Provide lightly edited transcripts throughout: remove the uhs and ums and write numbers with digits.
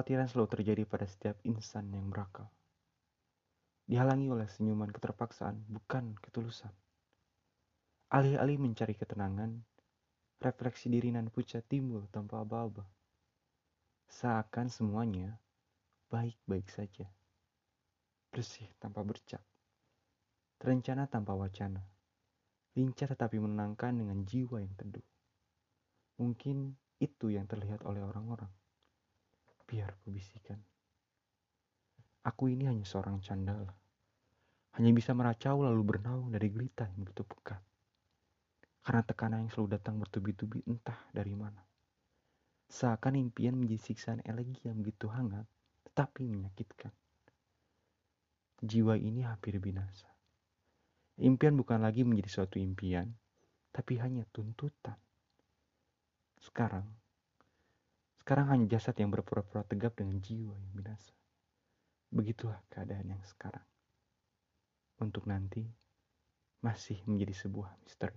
Kekhawatiran selalu terjadi pada setiap insan yang berakal. Dihalangi oleh senyuman keterpaksaan, bukan ketulusan. Alih-alih mencari ketenangan, refleksi diri nan pucat timbul tanpa aba-aba. Seakan semuanya baik-baik saja. Bersih tanpa bercak. Terencana tanpa wacana. Lincah tetapi menenangkan dengan jiwa yang teduh. Mungkin itu yang terlihat oleh orang-orang. Biar kubisikan. Aku ini hanya seorang candala. Hanya bisa meracau lalu bernaung dari gelita yang begitu pekat. Karena tekanan yang selalu datang bertubi-tubi entah dari mana. Seakan impian menjadi siksaan elegi yang begitu hangat, tetapi menyakitkan. Jiwa ini hampir binasa. Impian bukan lagi menjadi suatu impian, tapi hanya tuntutan. Sekarang hanya jasad yang berpura-pura tegap dengan jiwa yang binasa. Begitulah keadaan yang sekarang. Untuk nanti, masih menjadi sebuah misteri.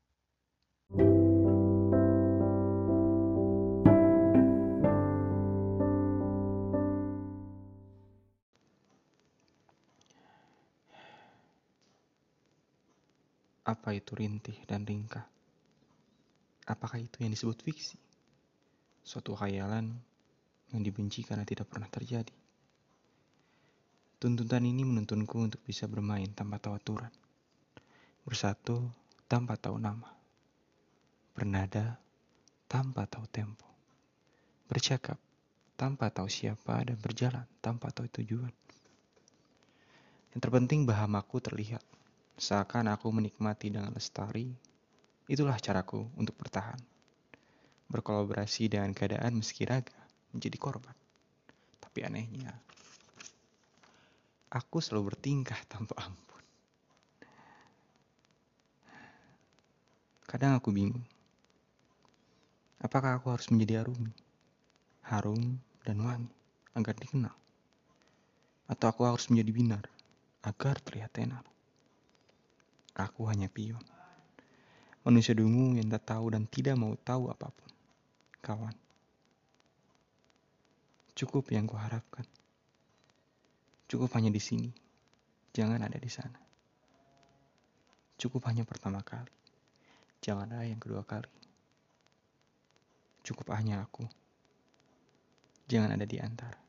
Apa itu rintih dan ringkah? Apakah itu yang disebut fiksi? Suatu khayalan yang dibenci karena tidak pernah terjadi. Tuntutan ini menuntunku untuk bisa bermain tanpa tahu aturan. Bersatu tanpa tahu nama. Bernada tanpa tahu tempo. Bercakap tanpa tahu siapa dan berjalan tanpa tahu tujuan. Yang terpenting bahamaku terlihat. Seakan aku menikmati dengan lestari, itulah caraku untuk bertahan. Berkolaborasi dengan keadaan meski raga menjadi korban. Tapi anehnya, aku selalu bertingkah tanpa ampun. Kadang aku bingung, apakah aku harus menjadi Arumi? Harum dan wangi agar dikenal. Atau aku harus menjadi Binar agar terlihat tenar. Aku hanya pion. Manusia dungu yang tak tahu dan tidak mau tahu apapun. Kawan, cukup yang kuharapkan. Cukup hanya di sini, jangan ada di sana. Cukup hanya pertama kali, jangan ada yang kedua kali. Cukup hanya aku, jangan ada di antara.